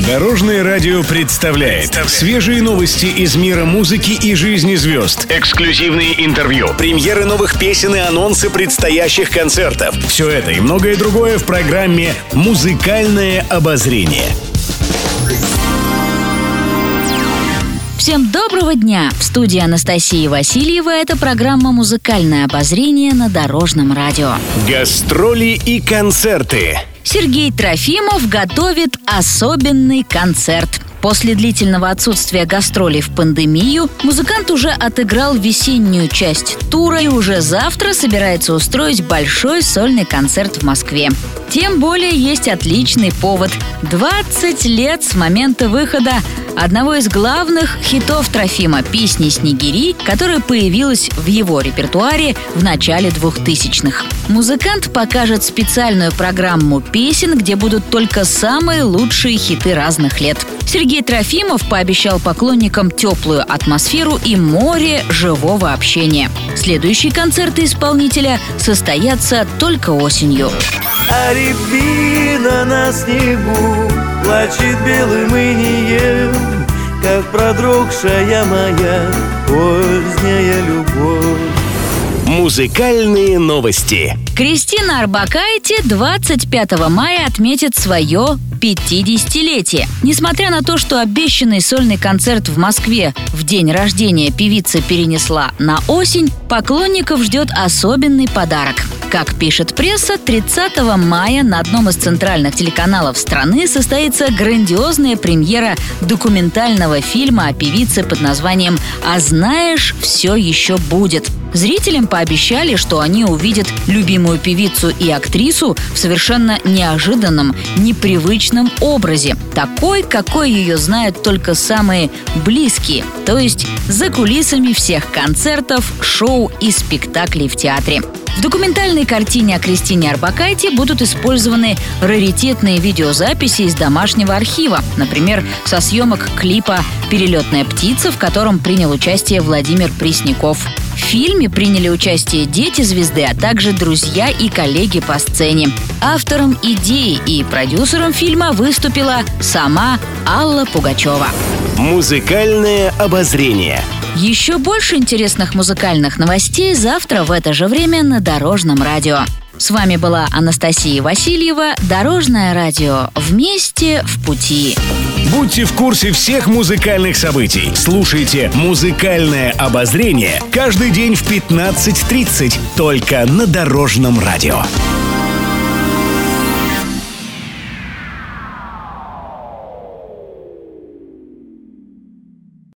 Дорожное радио представляет свежие новости из мира музыки и жизни звезд. Эксклюзивные интервью, премьеры новых песен и анонсы предстоящих концертов. Все это и многое другое в программе «Музыкальное обозрение». Всем доброго дня! В студии Анастасии Васильева. Это программа «Музыкальное обозрение» на Дорожном радио. Гастроли и концерты. Сергей Трофимов готовит особенный концерт. После длительного отсутствия гастролей в пандемию музыкант уже отыграл весеннюю часть тура и уже завтра собирается устроить большой сольный концерт в Москве. Тем более есть отличный повод. 20 лет с момента выхода одного из главных хитов Трофима «Песни Снегири», которая появилась в его репертуаре в начале 2000-х. Музыкант покажет специальную программу песен, где будут только самые лучшие хиты разных лет. Сергей Трофимов пообещал поклонникам теплую атмосферу и море живого общения. Следующие концерты исполнителя состоятся только осенью. А рябина на снегу плачет белым инеем, как продрогшая моя поздняя любовь. Музыкальные новости. Кристина Орбакайте 25 мая отметит свое 50-летие. Несмотря на то, что обещанный сольный концерт в Москве в день рождения певица перенесла на осень, поклонников ждет особенный подарок. Как пишет пресса, 30 мая на одном из центральных телеканалов страны состоится грандиозная премьера документального фильма о певице под названием «А знаешь, все еще будет». Зрителям пообещали, что они увидят любимую певицу и актрису в совершенно неожиданном, непривычном образе. Такой, какой ее знают только самые близкие, то есть за кулисами всех концертов, шоу и спектаклей в театре. В документальной картине о Кристине Орбакайте будут использованы раритетные видеозаписи из домашнего архива, например, со съемок клипа «Перелетная птица», в котором принял участие Владимир Пресняков. В фильме приняли участие дети звезды, а также друзья и коллеги по сцене. Автором идеи и продюсером фильма выступила сама Алла Пугачева. Музыкальное обозрение. Еще больше интересных музыкальных новостей завтра в это же время на Дорожном радио. С вами была Анастасия Васильева. Дорожное радио. Вместе в пути. Будьте в курсе всех музыкальных событий. Слушайте «Музыкальное обозрение» каждый день в 15:30 только на Дорожном радио.